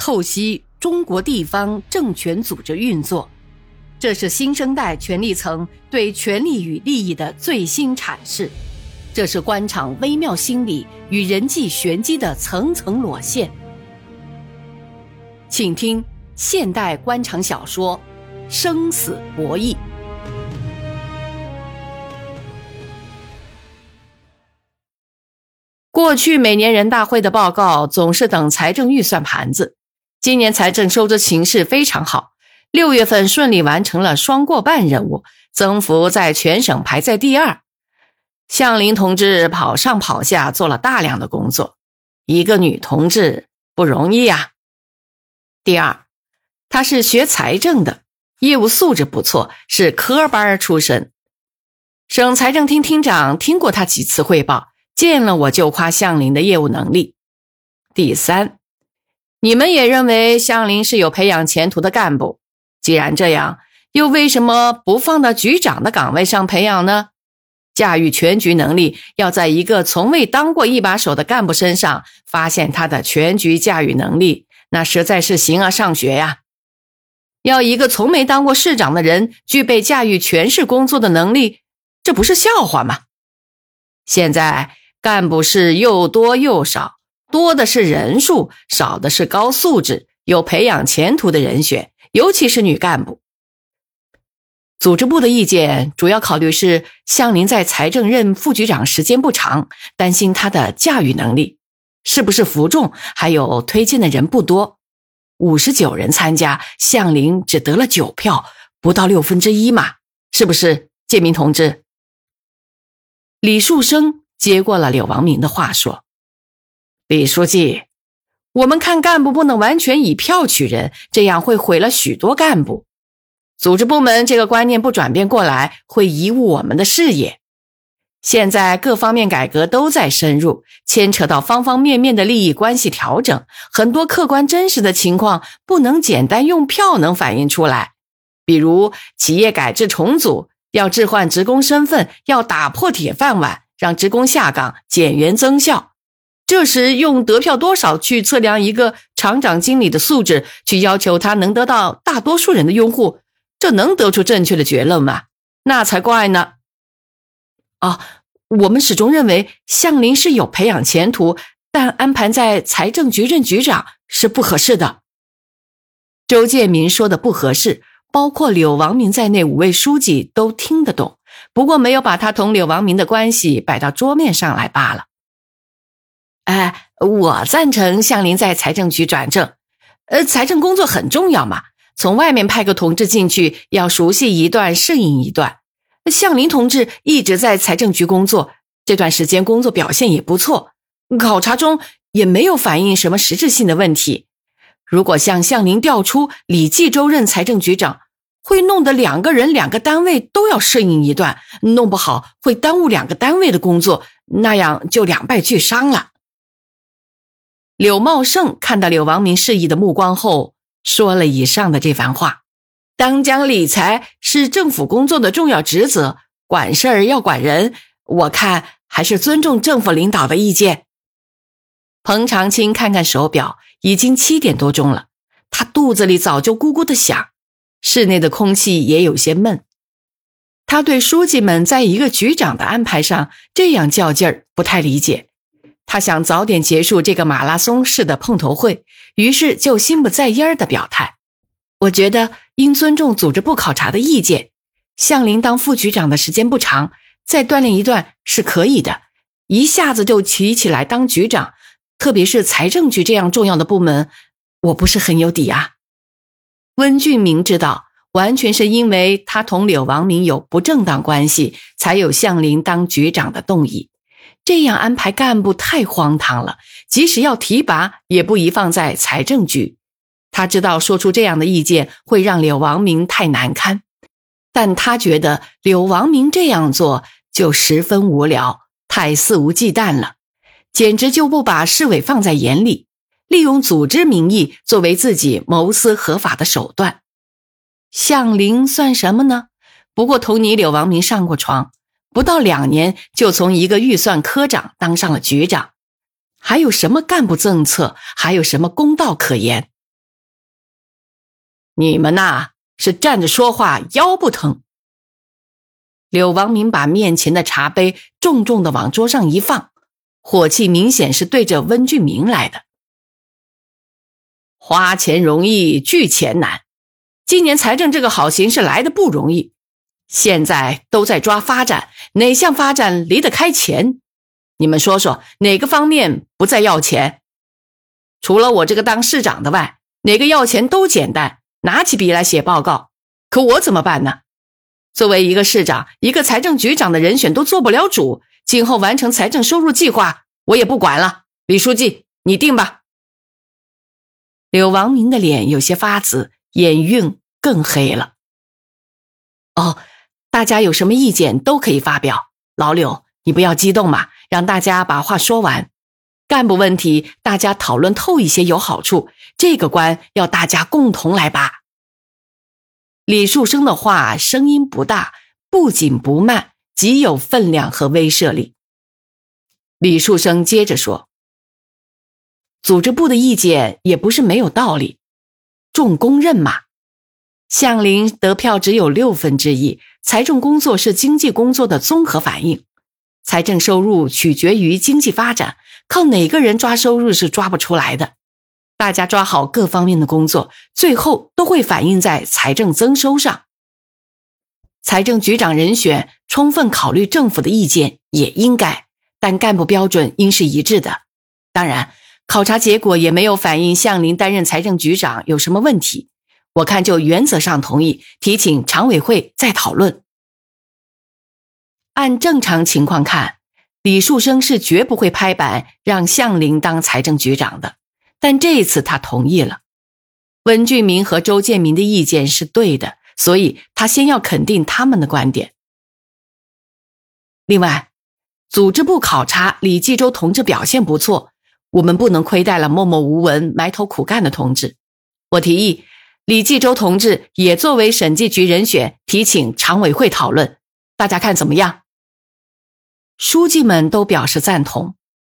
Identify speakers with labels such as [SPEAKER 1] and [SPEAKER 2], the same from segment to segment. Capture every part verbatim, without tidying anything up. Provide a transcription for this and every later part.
[SPEAKER 1] 透析中国地方政权组织运作，这是新生代权力层对权力与利益的最新阐释，这是官场微妙心理与人际玄机的层层裸现。请听现代官场小说《生死博弈》。过去每年人大会的报告总是等财政预算盘子，今年财政收支形势非常好，六月份顺利完成了双过半任务，增幅在全省排在第二。向林同志跑上跑下做了大量的工作，一个女同志不容易啊。第二，她是学财政的，业务素质不错，是科班出身。省财政厅厅长听过她几次汇报，见了我就夸向林的业务能力。第三，你们也认为向林是有培养前途的干部，既然这样，又为什么不放到局长的岗位上培养呢？驾驭全局能力要在一个从未当过一把手的干部身上发现他的全局驾驭能力，那实在是形而上学呀。要一个从没当过市长的人具备驾驭全市工作的能力，这不是笑话吗？现在干部是又多又少，多的是人数，少的是高素质有培养前途的人选，尤其是女干部。组织部的意见主要考虑是向林在财政任副局长时间不长，担心他的驾驭能力是不是服众，还有推荐的人不多，五十九人参加，向林只得了九票，不到六分之一嘛，是不是建明同志？李树生接过了柳王明的话说，李书记，我们看干部不能完全以票取人，这样会毁了许多干部。组织部门这个观念不转变过来，会贻误我们的视野。现在各方面改革都在深入，牵扯到方方面面的利益关系调整，很多客观真实的情况不能简单用票能反映出来。比如企业改制重组，要置换职工身份，要打破铁饭碗，让职工下岗，减员增效。这时用得票多少去测量一个厂长经理的素质，去要求他能得到大多数人的拥护，这能得出正确的结论吗？那才怪呢。啊，我们始终认为向林是有培养前途，但安排在财政局任局长是不合适的。周建民说的不合适，包括柳王明在内五位书记都听得懂，不过没有把他同柳王明的关系摆到桌面上来罢了。哎，我赞成向林在财政局转正，呃，财政工作很重要嘛，从外面派个同志进去，要熟悉一段适应一段。向林同志一直在财政局工作，这段时间工作表现也不错，考察中也没有反映什么实质性的问题。如果向向林调出李继周任财政局长，会弄得两个人两个单位都要适应一段，弄不好会耽误两个单位的工作，那样就两败俱伤了。柳茂盛看到柳王明示意的目光后，说了以上的这番话。当将理财是政府工作的重要职责，管事儿要管人，我看还是尊重政府领导的意见。彭长青看看手表，已经七点多钟了，他肚子里早就咕咕的响，室内的空气也有些闷。他对书记们在一个局长的安排上这样较劲儿不太理解，他想早点结束这个马拉松式的碰头会，于是就心不在焉的表态，我觉得应尊重组织部考察的意见，向林当副局长的时间不长，再锻炼一段是可以的，一下子就提起来当局长，特别是财政局这样重要的部门，我不是很有底啊。温俊明知道，完全是因为他同柳王明有不正当关系，才有向林当局长的动议。这样安排干部太荒唐了，即使要提拔，也不宜放在财政局。他知道说出这样的意见会让柳王明太难堪，但他觉得柳王明这样做就十分无聊，太肆无忌惮了，简直就不把市委放在眼里，利用组织名义作为自己谋私合法的手段。向林算什么呢？不过同你柳王明上过床，不到两年就从一个预算科长当上了局长，还有什么干部政策，还有什么公道可言？ 你们呐，是站着说话腰不疼。柳王明把面前的茶杯重重地往桌上一放，火气明显是对着温俊明来的。花钱容易聚钱难，今年财政这个好形势来得不容易，现在都在抓发展，哪项发展离得开钱？你们说说，哪个方面不再要钱？除了我这个当市长的外，哪个要钱都简单，拿起笔来写报告。可我怎么办呢？作为一个市长，一个财政局长的人选都做不了主，今后完成财政收入计划，我也不管了。李书记，你定吧。柳王明的脸有些发紫，眼晕更黑了。哦，大家有什么意见都可以发表。老柳，你不要激动嘛，让大家把话说完。干部问题，大家讨论透一些有好处，这个关要大家共同来把。李树生的话声音不大，不紧不慢，极有分量和威慑力。李树生接着说，组织部的意见也不是没有道理，众公认嘛。向林得票只有六分之一，财政工作是经济工作的综合反应，财政收入取决于经济发展，靠哪个人抓收入是抓不出来的。大家抓好各方面的工作，最后都会反映在财政增收上。财政局长人选充分考虑政府的意见也应该，但干部标准应是一致的。当然，考察结果也没有反映向林担任财政局长有什么问题，我看就原则上同意，提请常委会再讨论。按正常情况看，李树生是绝不会拍板让向林当财政局长的，但这一次他同意了。温俊明和周建民的意见是对的，所以他先要肯定他们的观点。另外，组织部考察李继周同志表现不错，我们不能亏待了默默无闻埋头苦干的同志。我提议李继周同志也作为审计局人选提请常委会讨论，大家看怎么样？书记们都表示赞同。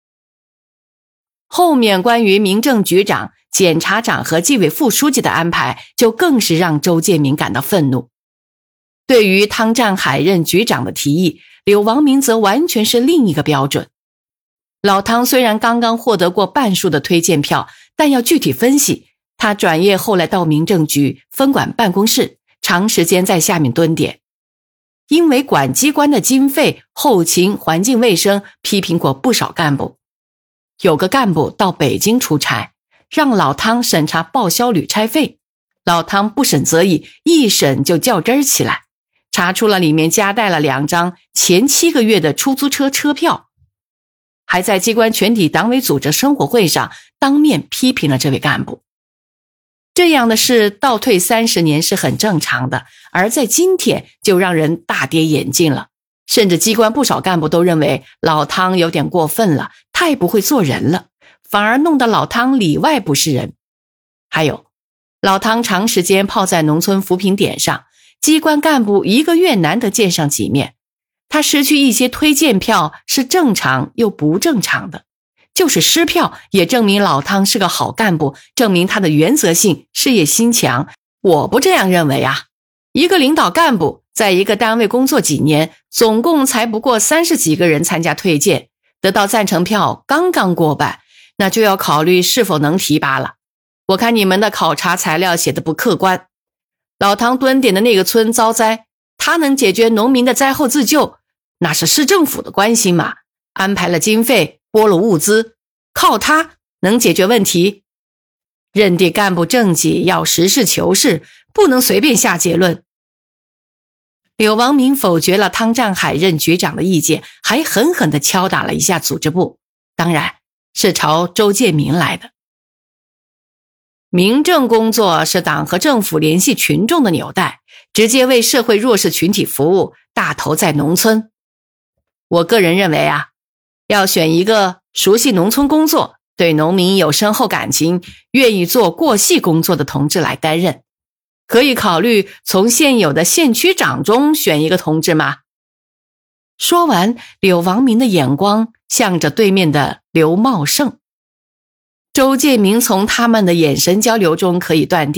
[SPEAKER 1] 后面关于民政局长、检察长和纪委副书记的安排，就更是让周建民感到愤怒。对于汤占海任局长的提议，柳王明则完全是另一个标准。老汤虽然刚刚获得过半数的推荐票，但要具体分析，他转业后来到民政局分管办公室，长时间在下面蹲点。因为管机关的经费、后勤、环境卫生批评过不少干部。有个干部到北京出差，让老汤审查报销旅差费，老汤不审则已，一审就较真儿起来，查出了里面夹带了两张前七个月的出租车车票，还在机关全体党委组织生活会上当面批评了这位干部。这样的事倒退三十年是很正常的，而在今天就让人大跌眼镜了。甚至机关不少干部都认为老汤有点过分了，太不会做人了，反而弄得老汤里外不是人。还有，老汤长时间泡在农村扶贫点上，机关干部一个月难得见上几面，他失去一些推荐票是正常又不正常的。就是失票也证明老汤是个好干部，证明他的原则性、事业心强。我不这样认为啊！一个领导干部在一个单位工作几年，总共才不过三十几个人参加推荐，得到赞成票刚刚过半，那就要考虑是否能提拔了。我看你们的考察材料写的不客观。老汤蹲点的那个村遭灾，他能解决农民的灾后自救，那是市政府的关心嘛，安排了经费，拨了物资，靠他能解决问题。认定干部政绩要实事求是，不能随便下结论。柳王明否决了汤占海任局长的意见，还狠狠地敲打了一下组织部，当然是朝周建民来的。民政工作是党和政府联系群众的纽带，直接为社会弱势群体服务，大头在农村。我个人认为啊，要选一个熟悉农村工作，对农民有深厚感情，愿意做过细工作的同志来担任。可以考虑从现有的县区长中选一个同志吗？说完，柳王明的眼光向着对面的刘茂盛。周建民从他们的眼神交流中可以断定，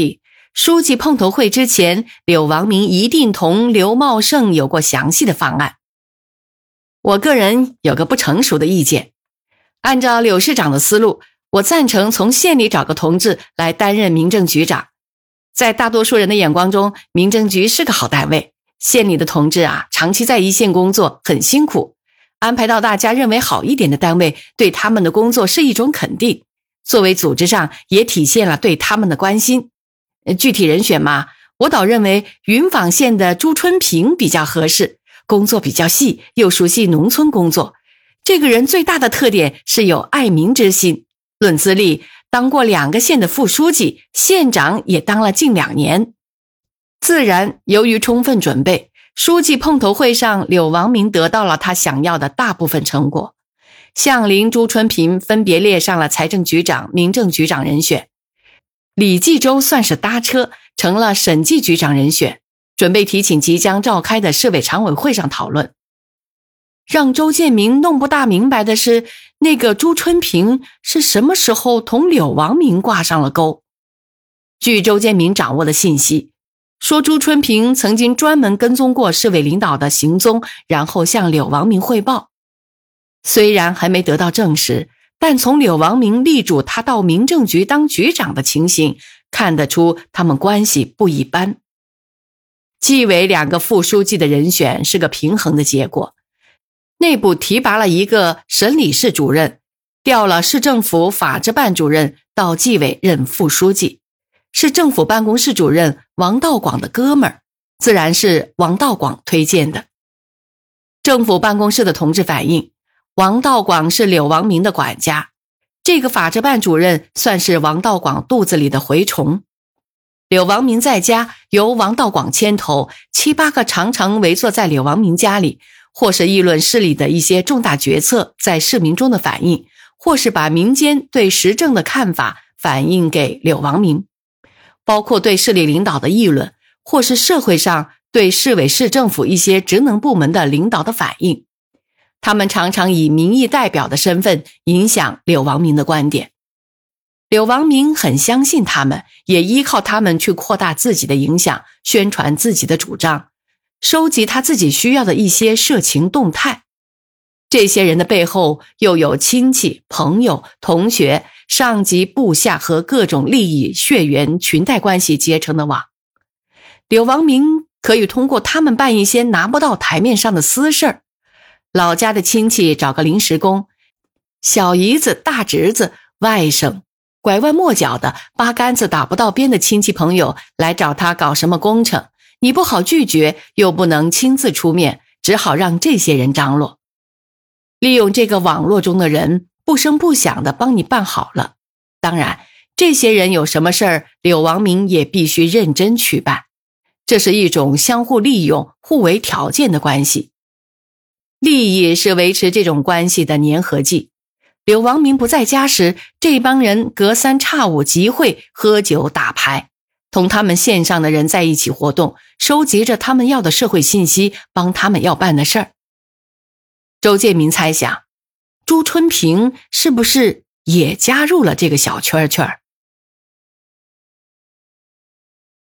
[SPEAKER 1] 书记碰头会之前，柳王明一定同刘茂盛有过详细的方案。我个人有个不成熟的意见，按照柳市长的思路，我赞成从县里找个同志来担任民政局长。在大多数人的眼光中，民政局是个好单位，县里的同志啊，长期在一线工作很辛苦，安排到大家认为好一点的单位，对他们的工作是一种肯定，作为组织上也体现了对他们的关心。具体人选嘛，我倒认为云坊县的朱春平比较合适，工作比较细，又熟悉农村工作。这个人最大的特点是有爱民之心，论资历，当过两个县的副书记，县长也当了近两年。自然，由于充分准备，书记碰头会上，柳王明得到了他想要的大部分成果。向林、朱春平分别列上了财政局长、民政局长人选。李继周算是搭车，成了审计局长人选，准备提请即将召开的市委常委会上讨论。让周建明弄不大明白的是，那个朱春平是什么时候同柳王明挂上了钩。据周建明掌握的信息，说朱春平曾经专门跟踪过市委领导的行踪，然后向柳王明汇报。虽然还没得到证实，但从柳王明力主他到民政局当局长的情形，看得出他们关系不一般。纪委两个副书记的人选是个平衡的结果，内部提拔了一个审理室主任，调了市政府法制办主任到纪委任副书记，是政府办公室主任王道广的哥们儿，自然是王道广推荐的。政府办公室的同志反映，王道广是柳王明的管家，这个法制办主任算是王道广肚子里的蛔虫。柳王明在家由王道广牵头，七八个常常围坐在柳王明家里，或是议论市里的一些重大决策在市民中的反应，或是把民间对时政的看法反映给柳王明，包括对市里领导的议论，或是社会上对市委市政府一些职能部门的领导的反应。他们常常以民意代表的身份影响柳王明的观点。柳王明很相信他们，也依靠他们去扩大自己的影响，宣传自己的主张，收集他自己需要的一些社情动态。这些人的背后又有亲戚、朋友、同学、上级、部下和各种利益、血缘、裙带关系结成的网。柳王明可以通过他们办一些拿不到台面上的私事儿。老家的亲戚找个临时工，小姨子、大侄子、外甥，拐弯抹角的八竿子打不到边的亲戚朋友来找他搞什么工程，你不好拒绝，又不能亲自出面，只好让这些人张罗。利用这个网络中的人，不声不响的帮你办好了。当然，这些人有什么事儿，柳王明也必须认真去办。这是一种相互利用、互为条件的关系。利益是维持这种关系的粘合剂。柳王明不在家时，这帮人隔三差五集会喝酒打牌，同他们线上的人在一起活动，收集着他们要的社会信息，帮他们要办的事儿。周建明猜想，朱春平是不是也加入了这个小圈圈？